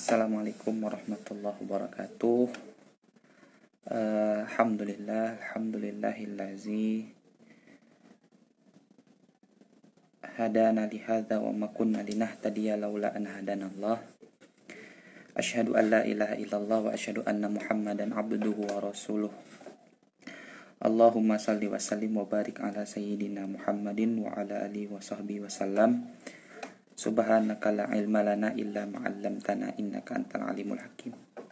Assalamualaikum warahmatullahi wabarakatuh. Alhamdulillahillazi hadana lihadza wa ma kunna linahtadiya laula an hadanallah. Asyhadu an la ilaha illallah wa asyhadu anna Muhammadan abduhu wa rasuluh. Allahumma salli wa sallim wa barik ala sayyidina Muhammadin wa ala alihi wa sahbihi wa sallam. Subhanaka la ilma lana illa ma 'allamtana innaka antal alimul hakim.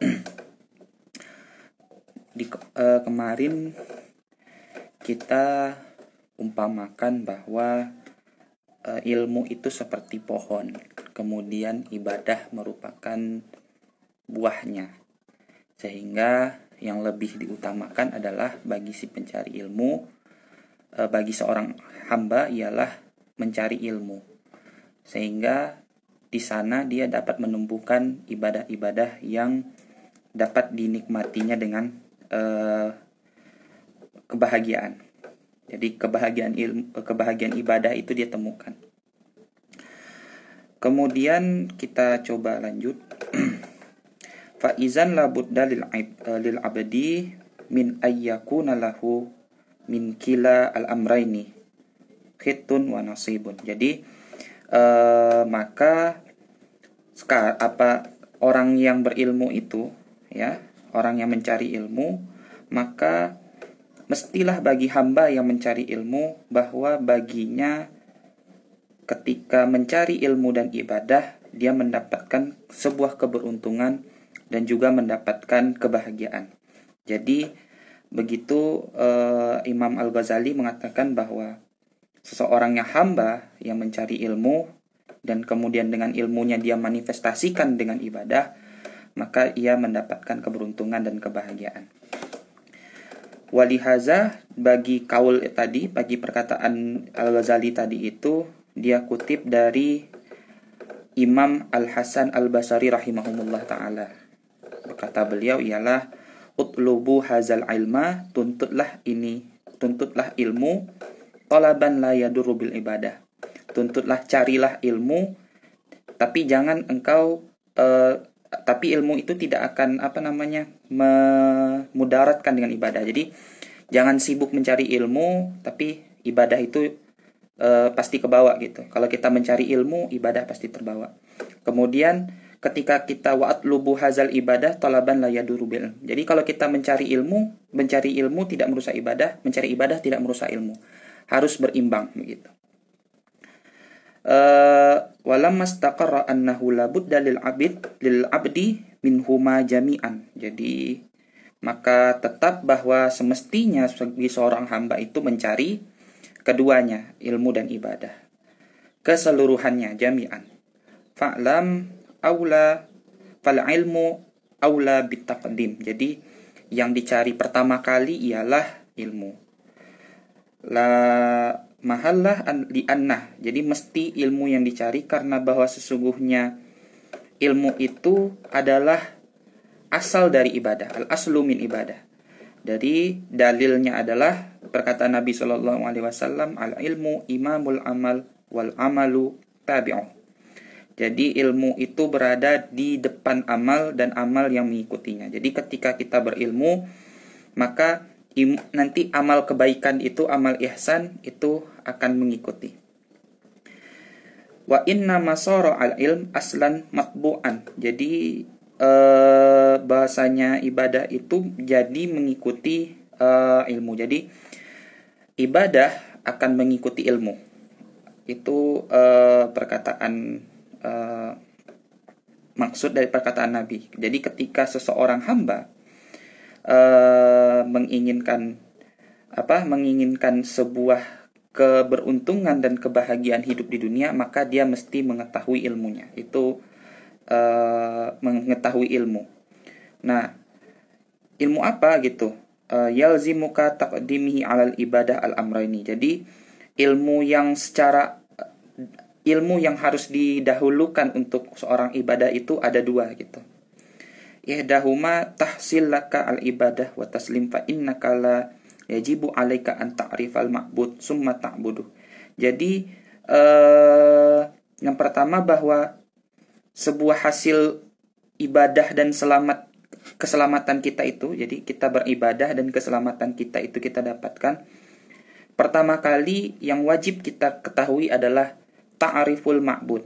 Kemarin kita umpamakan bahwa ilmu itu seperti pohon, kemudian ibadah merupakan buahnya, sehingga yang lebih diutamakan adalah bagi si pencari ilmu, bagi seorang hamba ialah mencari ilmu, sehingga di sana dia dapat menumbuhkan ibadah-ibadah yang dapat dinikmatinya dengan kebahagiaan. Jadi kebahagiaan ibadah itu dia temukan. Kemudian kita coba lanjut. Fa izan la budda lil abdi min ayyakuna lahu min kila al amraini khitun wa nasibun. Jadi maka orang yang berilmu itu, ya, orang yang mencari ilmu, maka mestilah bagi hamba yang mencari ilmu bahwa baginya ketika mencari ilmu dan ibadah dia mendapatkan sebuah keberuntungan dan juga mendapatkan kebahagiaan. Jadi begitu Imam Al-Ghazali mengatakan bahwa seseorang yang hamba yang mencari ilmu dan kemudian dengan ilmunya dia manifestasikan dengan ibadah, maka ia mendapatkan keberuntungan dan kebahagiaan. Walihaza, bagi kaul tadi, bagi perkataan Al-Ghazali tadi itu, dia kutip dari Imam Al-Hasan Al-Basri rahimahumullah ta'ala. Kata beliau ialah, utlubu hazal ilma, tuntutlah ilmu, talaban la yadurru bil ibadah. Tuntutlah, carilah ilmu, tapi jangan engkau tapi ilmu itu tidak akan memudaratkan dengan ibadah. Jadi jangan sibuk mencari ilmu tapi ibadah itu pasti kebawa gitu. Kalau kita mencari ilmu, ibadah pasti terbawa. Kemudian ketika kita wa'atlubu hazal ibadah talaban la yadurru bil. Jadi kalau kita mencari ilmu tidak merusak ibadah, mencari ibadah tidak merusak ilmu. Harus berimbang begitu. Walamma istaqarra annahu la budda lil abdi minhuma jami'an. Jadi maka tetap bahwa semestinya bagi seorang hamba itu mencari keduanya, ilmu dan ibadah, keseluruhannya, jami'an. Fa'lam aula fal ilmu aula bitaqdim. Jadi yang dicari pertama kali ialah ilmu. La mahallah li annah. Jadi mesti ilmu yang dicari karena bahwa sesungguhnya ilmu itu adalah asal dari ibadah, al aslu min ibadah. Dari dalilnya adalah perkataan Nabi sallallahu alaihi wasallam, al ilmu imamul amal wal amalu tabi'uh. Jadi ilmu itu berada di depan amal dan amal yang mengikutinya. Jadi ketika kita berilmu, maka nanti amal kebaikan itu, amal ihsan itu akan mengikuti. Wa inna masara al-ilm aslan matbu'an. Jadi bahasanya ibadah itu jadi mengikuti ilmu. Jadi ibadah akan mengikuti ilmu. Itu perkataan maksud dari perkataan Nabi. Jadi ketika seseorang hamba menginginkan sebuah keberuntungan dan kebahagiaan hidup di dunia, maka dia mesti mengetahui ilmunya. Itu mengetahui ilmu. Nah, ilmu apa gitu? Yalzimuka taqdimihi 'alal ibadah al-amraini. Jadi ilmu yang harus didahulukan untuk seorang ibadah itu ada dua gitu. Ihdahuma tahsil laka al-ibadah wa taslim fa innaka la yajibu alaika an ta'rifal ma'bud summa ta'budu. Jadi yang pertama bahwa sebuah hasil ibadah dan keselamatan kita itu, jadi kita beribadah dan keselamatan kita itu kita dapatkan, pertama kali yang wajib kita ketahui adalah ta'riful ma'bud.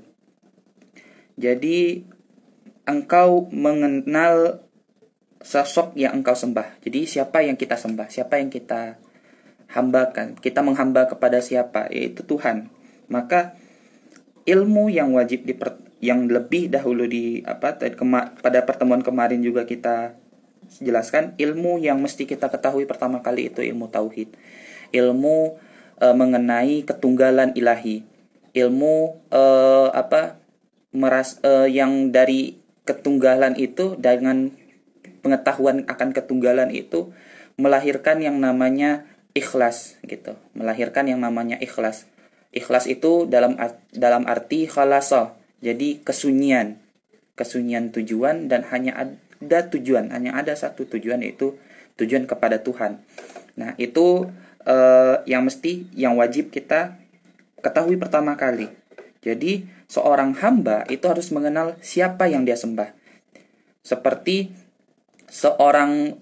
Jadi engkau mengenal sosok yang engkau sembah. Jadi siapa yang kita sembah, siapa yang kita hambakan, kita menghamba kepada siapa, yaitu Tuhan. Maka ilmu yang wajib yang lebih dahulu pada pertemuan kemarin juga kita jelaskan, ilmu yang mesti kita ketahui pertama kali itu ilmu tauhid, ilmu mengenai ketunggalan ilahi, ilmu yang dari ketunggalan itu, dengan pengetahuan akan ketunggalan itu melahirkan yang namanya ikhlas gitu, melahirkan yang namanya ikhlas. Ikhlas itu dalam arti khalasa, jadi kesunyian tujuan, dan hanya ada satu tujuan, yaitu tujuan kepada Tuhan. Nah, itu yang wajib kita ketahui pertama kali. Jadi seorang hamba itu harus mengenal siapa yang dia sembah. Seperti seseorang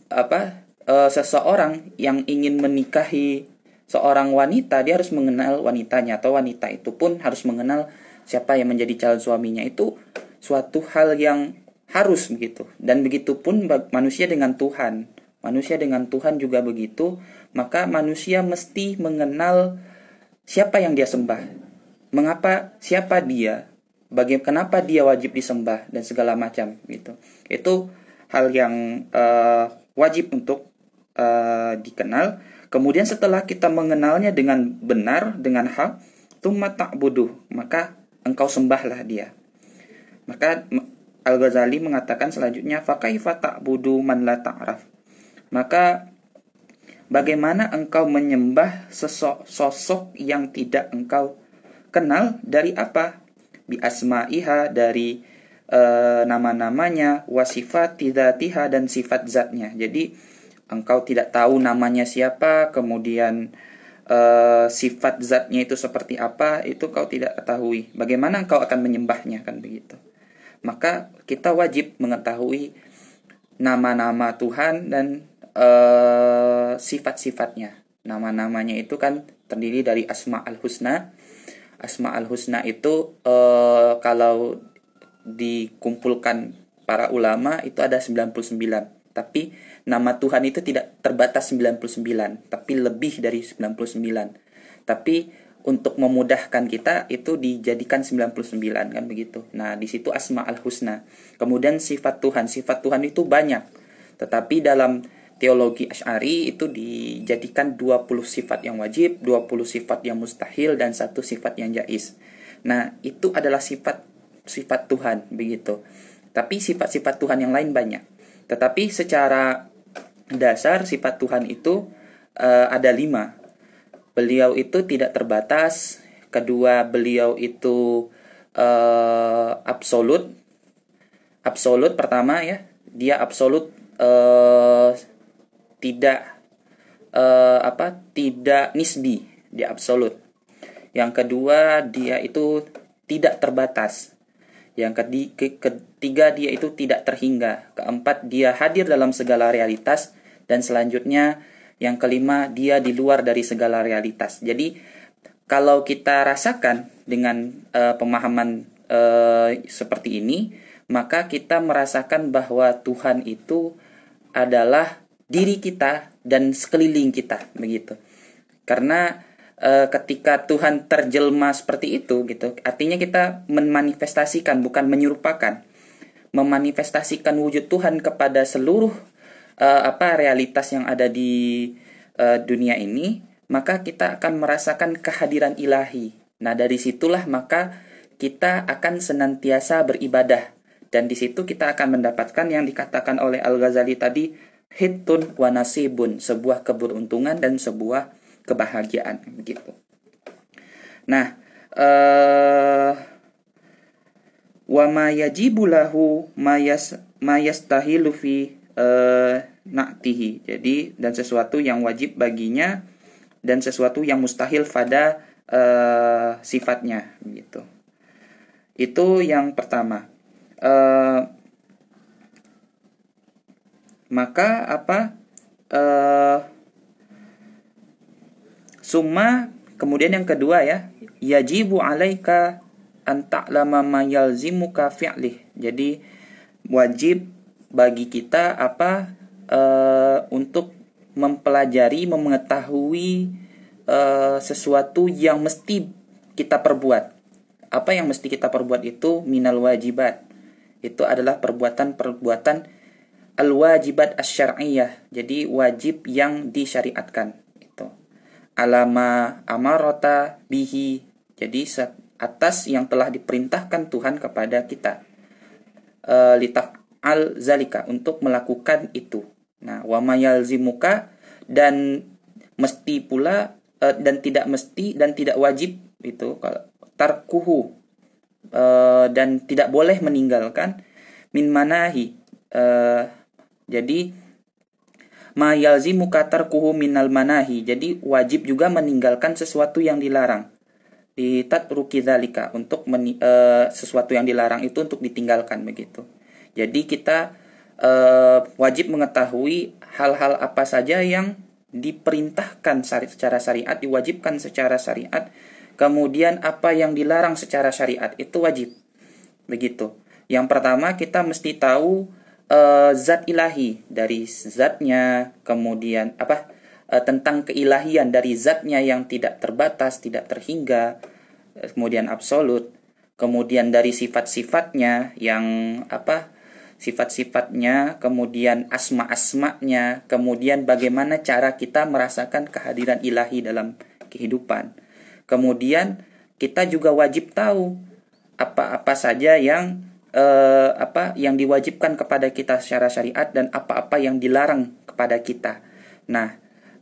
yang ingin menikahi seorang wanita, dia harus mengenal wanitanya, atau wanita itu pun harus mengenal siapa yang menjadi calon suaminya. Itu suatu hal yang harus begitu. Dan begitu pun manusia dengan Tuhan. Manusia dengan Tuhan juga begitu. Maka manusia mesti mengenal siapa yang dia sembah, siapa dia, kenapa dia wajib disembah, dan segala macam gitu. Itu hal yang wajib untuk dikenal. Kemudian setelah kita mengenalnya dengan benar, dengan hak, tsumma ta'budu, maka engkau sembahlah dia. Maka Al-Ghazali mengatakan selanjutnya, fa kaifa ta'budu man la ta'raf. Maka bagaimana engkau menyembah sosok yang tidak engkau kenal? Dari apa? Bi asma'iha, dari nama-namanya, wa sifati dzatiha, dan sifat zatnya. Jadi engkau tidak tahu namanya siapa, kemudian sifat zatnya itu seperti apa, itu kau tidak ketahui. Bagaimana engkau akan menyembahnya, kan begitu. Maka kita wajib mengetahui nama-nama Tuhan dan sifat-sifatnya. Nama-namanya itu kan terdiri dari Asma'ul Husna. Asma'ul Husna itu kalau dikumpulkan para ulama itu ada 99. Tapi nama Tuhan itu tidak terbatas 99, tapi lebih dari 99. Tapi untuk memudahkan kita itu dijadikan 99, kan begitu. Nah, di situ Asma'ul Husna. Kemudian sifat Tuhan itu banyak. Tetapi dalam teologi Asy'ari itu dijadikan 20 sifat yang wajib, 20 sifat yang mustahil, dan 1 sifat yang jaiz. Nah, itu adalah sifat Tuhan begitu. Tapi sifat-sifat Tuhan yang lain banyak. Tetapi secara dasar sifat Tuhan itu ada 5. Beliau itu tidak terbatas. Kedua, beliau itu absolut. Absolut pertama ya, dia absolut, tidak nisbi, dia absolut. Yang kedua, dia itu tidak terbatas. Yang ketiga, dia itu tidak terhingga. Keempat, dia hadir dalam segala realitas. Dan selanjutnya, yang kelima, dia di luar dari segala realitas. Jadi, kalau kita rasakan dengan pemahaman seperti ini, maka kita merasakan bahwa Tuhan itu adalah diri kita dan sekeliling kita, begitu. Karena ketika Tuhan terjelma seperti itu gitu, artinya kita memanifestasikan, bukan menyerupakan, memanifestasikan wujud Tuhan kepada seluruh realitas yang ada di dunia ini, maka kita akan merasakan kehadiran ilahi. Nah, dari situlah maka kita akan senantiasa beribadah, dan di situ kita akan mendapatkan yang dikatakan oleh Al-Ghazali tadi, hittun wa nasibun, sebuah keberuntungan dan sebuah kebahagiaan, begitu. Nah, wa ma yajibu lahu ma yastahilu fi na'tihi. Jadi, dan sesuatu yang wajib baginya dan sesuatu yang mustahil pada sifatnya, begitu. Itu yang pertama. Maka summa, kemudian yang kedua ya, yajibu alaika an ta'lama ma yalzimuka fi'lih. Jadi wajib bagi kita untuk mempelajari, mengetahui sesuatu yang mesti kita perbuat. Apa yang mesti kita perbuat itu minal wajibat. Itu adalah perbuatan-perbuatan al-wajibat asy-syar'iyyah. Jadi wajib yang disyariatkan itu. Alama amarata bihi. Jadi atas yang telah diperintahkan Tuhan kepada kita. Litaf'al zalika, untuk melakukan itu. Nah, wa mayalzimuka, dan mesti pula dan tidak mesti dan tidak wajib itu tarkuhu, dan tidak boleh meninggalkan min manahi. Jadi ma yalzimuka tarkuhu minal manahi. Jadi wajib juga meninggalkan sesuatu yang dilarang. Di tatruki dzalika, untuk sesuatu yang dilarang itu untuk ditinggalkan begitu. Jadi kita wajib mengetahui hal-hal apa saja yang diperintahkan secara syariat, diwajibkan secara syariat, kemudian apa yang dilarang secara syariat itu wajib. Begitu. Yang pertama kita mesti tahu zat ilahi dari zatnya, kemudian tentang keilahian dari zatnya yang tidak terbatas, tidak terhingga, kemudian absolut, kemudian dari sifat-sifatnya yang sifat-sifatnya, kemudian asma-asmanya, kemudian bagaimana cara kita merasakan kehadiran ilahi dalam kehidupan. Kemudian kita juga wajib tahu apa-apa saja yang yang diwajibkan kepada kita secara syariat dan apa-apa yang dilarang kepada kita. Nah,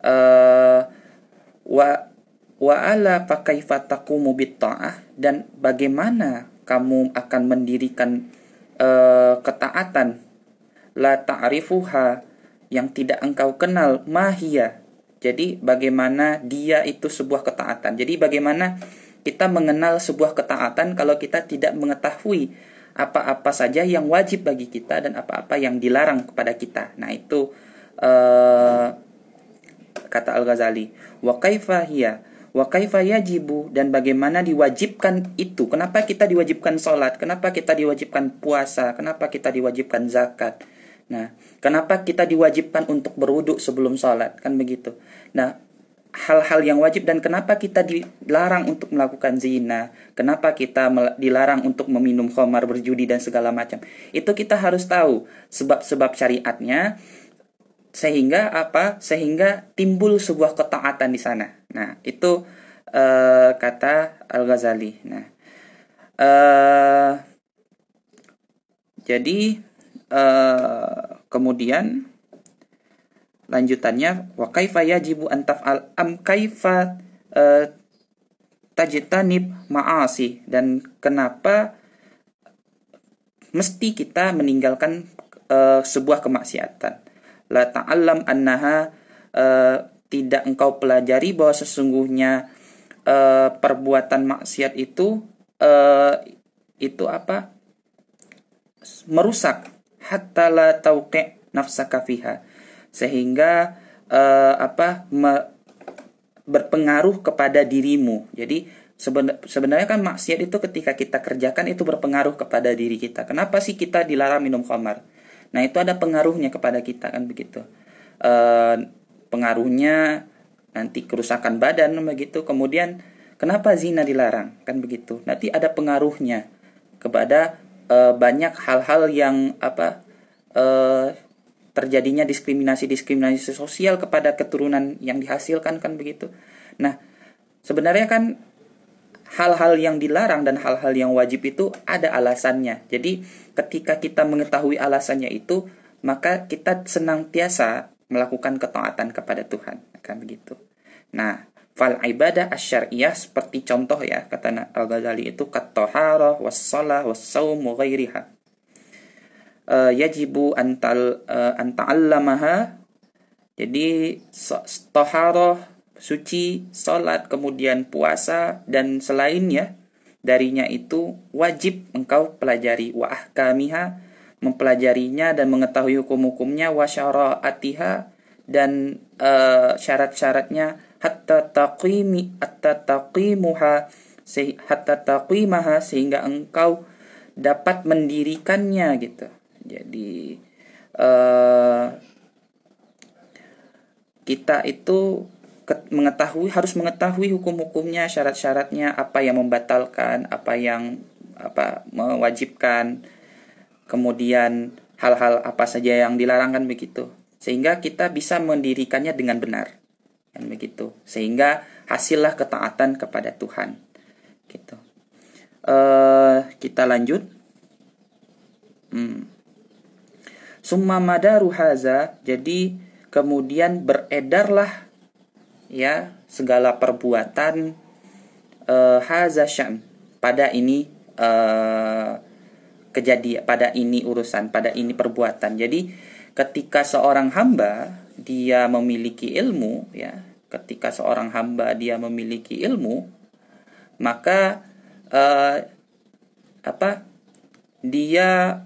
wa ala fa kaifa taqumu bit ta'ah, dan bagaimana kamu akan mendirikan ketaatan, la ta'rifuha, yang tidak engkau kenal, mahia. Jadi bagaimana dia itu sebuah ketaatan. Jadi bagaimana kita mengenal sebuah ketaatan kalau kita tidak mengetahui apa-apa saja yang wajib bagi kita dan apa-apa yang dilarang kepada kita. Nah itu kata Al-Ghazali, wa kaifa hiya wa kaifa yajibu, dan bagaimana diwajibkan itu. Kenapa kita diwajibkan sholat? Kenapa kita diwajibkan puasa? Kenapa kita diwajibkan zakat? Nah, kenapa kita diwajibkan untuk berwudu sebelum sholat? Kan begitu. Nah, hal-hal yang wajib, dan kenapa kita dilarang untuk melakukan zina? Kenapa kita dilarang untuk meminum khamar, berjudi dan segala macam? Itu kita harus tahu sebab-sebab syariatnya, sehingga sehingga timbul sebuah ketaatan di sana. Nah, itu kata Al-Ghazali. Nah, jadi kemudian lanjutannya, wa kaifa yajibu an taf'al am kaifa tajtanib ma'asi, dan kenapa mesti kita meninggalkan sebuah kemaksiatan. La ta'allam annaha, tidak engkau pelajari bahwa sesungguhnya perbuatan maksiat itu merusak, hatta la tauqi nafsaka fiha, sehingga berpengaruh kepada dirimu. Jadi sebenarnya kan maksiat itu ketika kita kerjakan itu berpengaruh kepada diri kita. Kenapa sih kita dilarang minum khamar? Nah, itu ada pengaruhnya kepada kita, kan begitu. Pengaruhnya nanti kerusakan badan begitu. Kemudian kenapa zina dilarang? Kan begitu. Nanti ada pengaruhnya kepada banyak hal-hal yang terjadinya diskriminasi sosial kepada keturunan yang dihasilkan, kan begitu. Nah, sebenarnya kan hal-hal yang dilarang dan hal-hal yang wajib itu ada alasannya. Jadi ketika kita mengetahui alasannya itu, maka kita senantiasa melakukan ketaatan kepada Tuhan, kan begitu. Nah, fal ibadah asy-syar'iyyah, seperti contoh ya, kata Al-Ghazali itu kat-thaharah was-shalah was-shaum wa ghairiha. Yajibu an ta'allamaha. Jadi thaharah, suci, salat, kemudian puasa dan selainnya darinya itu wajib engkau pelajari. Wa ahkamiha mempelajarinya dan mengetahui hukum-hukumnya, wa syara'atiha, dan syarat-syaratnya, hatta taqimaha, sehingga engkau dapat mendirikannya gitu. Jadi kita itu harus mengetahui hukum-hukumnya, syarat-syaratnya, apa yang membatalkan, apa yang mewajibkan, kemudian hal-hal apa saja yang dilarangkan begitu. Sehingga kita bisa mendirikannya dengan benar. Kan begitu. Sehingga hasillah ketaatan kepada Tuhan. Gitu. Kita lanjut. Summa madaru haza, jadi kemudian beredarlah ya segala perbuatan haza sya'n, pada ini kejadian, pada ini urusan, pada ini perbuatan. Jadi ketika seorang hamba dia memiliki ilmu, ya, ketika seorang hamba dia memiliki ilmu, maka dia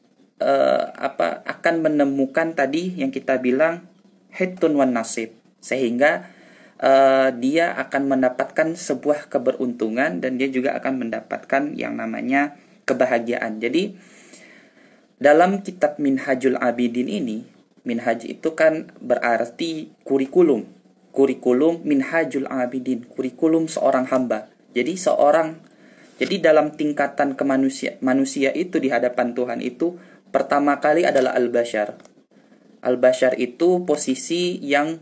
akan menemukan tadi yang kita bilang hitun wan nasib, sehingga dia akan mendapatkan sebuah keberuntungan dan dia juga akan mendapatkan yang namanya kebahagiaan. Jadi dalam kitab Minhajul Abidin ini, minhaj itu kan berarti kurikulum Minhajul Abidin, kurikulum seorang hamba. Jadi dalam tingkatan manusia itu di hadapan Tuhan itu pertama kali adalah al-bashar. Al-bashar itu posisi yang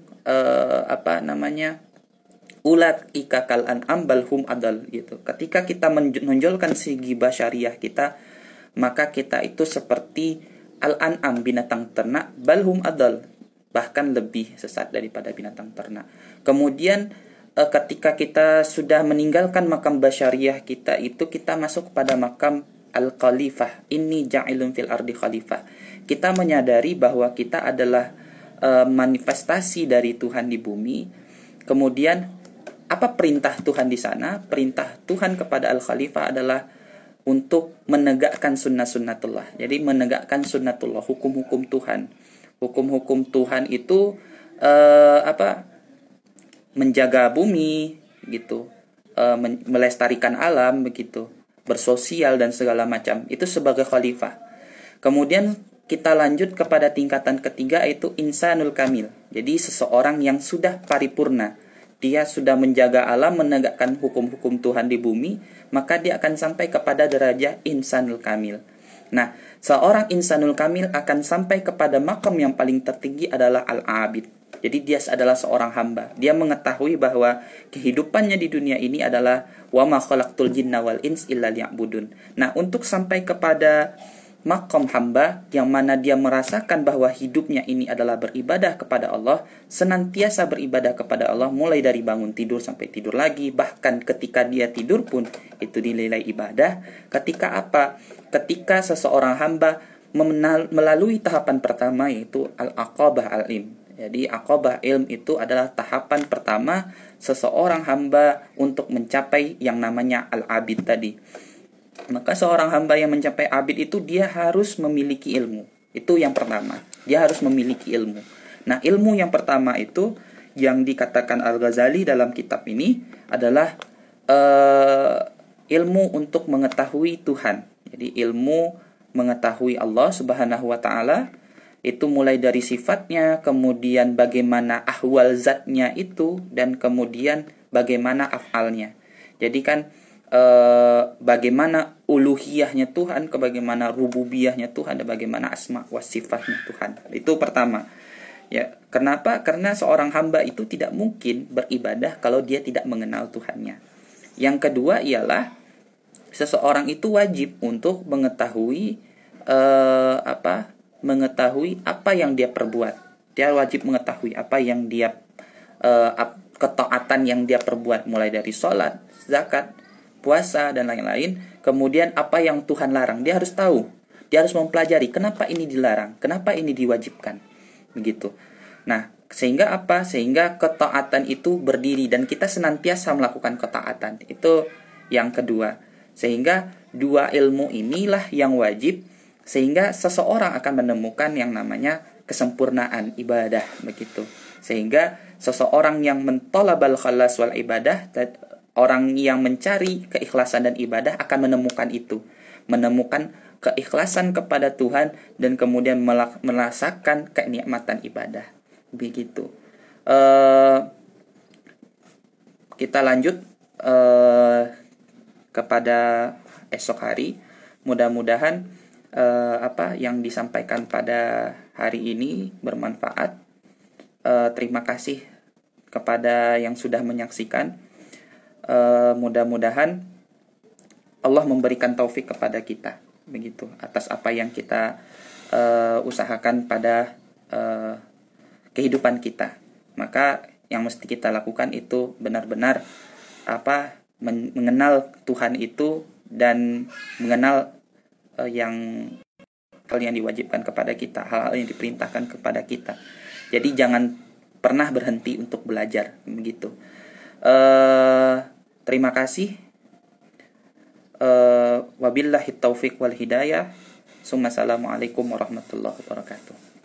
ulat ikakal an'am balhum adal gitu. Ketika kita menonjolkan segi basyariah kita, maka kita itu seperti al-an'am, binatang ternak, balhum adal, bahkan lebih sesat daripada binatang ternak. Kemudian ketika kita sudah meninggalkan makam basyariah kita itu, kita masuk kepada makam al-khalifah. Inni ja'ilun fil ardi khalifah. Kita menyadari bahwa kita adalah manifestasi dari Tuhan di bumi. Kemudian apa perintah Tuhan di sana? Perintah Tuhan kepada al-khalifah adalah untuk menegakkan sunnatullah. Jadi menegakkan sunnatullah, hukum-hukum Tuhan. Hukum-hukum Tuhan itu menjaga bumi gitu, melestarikan alam begitu, bersosial dan segala macam. Itu sebagai khalifah. Kemudian kita lanjut kepada tingkatan ketiga, yaitu insanul kamil. Jadi seseorang yang sudah paripurna, dia sudah menjaga alam, menegakkan hukum-hukum Tuhan di bumi, maka dia akan sampai kepada derajat insanul kamil. Nah, seorang insanul kamil akan sampai kepada makam yang paling tertinggi adalah al-abid. Jadi dia adalah seorang hamba. Dia mengetahui bahwa kehidupannya di dunia ini adalah wa ma khalaqtul jinna wal ins illa liya'budun. Nah, untuk sampai kepada makom hamba yang mana dia merasakan bahwa hidupnya ini adalah beribadah kepada Allah, senantiasa beribadah kepada Allah, mulai dari bangun tidur sampai tidur lagi, bahkan ketika dia tidur pun itu dinilai ibadah. Ketika apa? Ketika seseorang hamba melalui tahapan pertama, yaitu al-aqabah al-ilm. Jadi aqabah ilm itu adalah tahapan pertama seseorang hamba untuk mencapai yang namanya al-abid tadi. Maka seorang hamba yang mencapai abid itu dia harus memiliki ilmu. Itu yang pertama. Dia harus memiliki ilmu. Nah, ilmu yang pertama itu yang dikatakan Al-Ghazali dalam kitab ini adalah ilmu untuk mengetahui Tuhan. Jadi ilmu mengetahui Allah Subhanahu wa taala, itu mulai dari sifatnya, kemudian bagaimana ahwal zatnya itu, dan kemudian bagaimana af'alnya. Jadi kan bagaimana uluhiyahnya Tuhan, bagaimana rububiyahnya Tuhan, dan bagaimana asma wa sifatnya Tuhan. Itu pertama. Ya, kenapa? Karena seorang hamba itu tidak mungkin beribadah kalau dia tidak mengenal Tuhannya. Yang kedua ialah seseorang itu wajib untuk mengetahui apa yang dia perbuat. Dia wajib mengetahui apa yang dia ketaatan yang dia perbuat, mulai dari sholat, zakat, puasa, dan lain-lain. Kemudian apa yang Tuhan larang, dia harus tahu. Dia harus mempelajari kenapa ini dilarang, kenapa ini diwajibkan. Begitu. Nah, sehingga apa? Sehingga ketaatan itu berdiri dan kita senantiasa melakukan ketaatan. Itu yang kedua. Sehingga dua ilmu inilah yang wajib Sehingga seseorang akan menemukan yang namanya kesempurnaan ibadah begitu. Sehingga seseorang yang mentolabal khalas wal ibadah, orang yang mencari keikhlasan dan ibadah akan menemukan itu, menemukan keikhlasan kepada Tuhan dan kemudian merasakan kenikmatan ibadah begitu. Kita lanjut kepada esok hari. Mudah-mudahan apa yang disampaikan pada hari ini bermanfaat. Terima kasih kepada yang sudah menyaksikan. Mudah-mudahan Allah memberikan taufik kepada kita begitu atas apa yang kita usahakan pada kehidupan kita. Maka yang mesti kita lakukan itu benar-benar mengenal Tuhan itu dan mengenal yang hal yang diwajibkan kepada kita, hal-hal yang diperintahkan kepada kita. Jadi jangan pernah berhenti untuk belajar begitu. Terima kasih. Wabillahi taufiq wal hidayah. Assalamualaikum warahmatullahi wabarakatuh.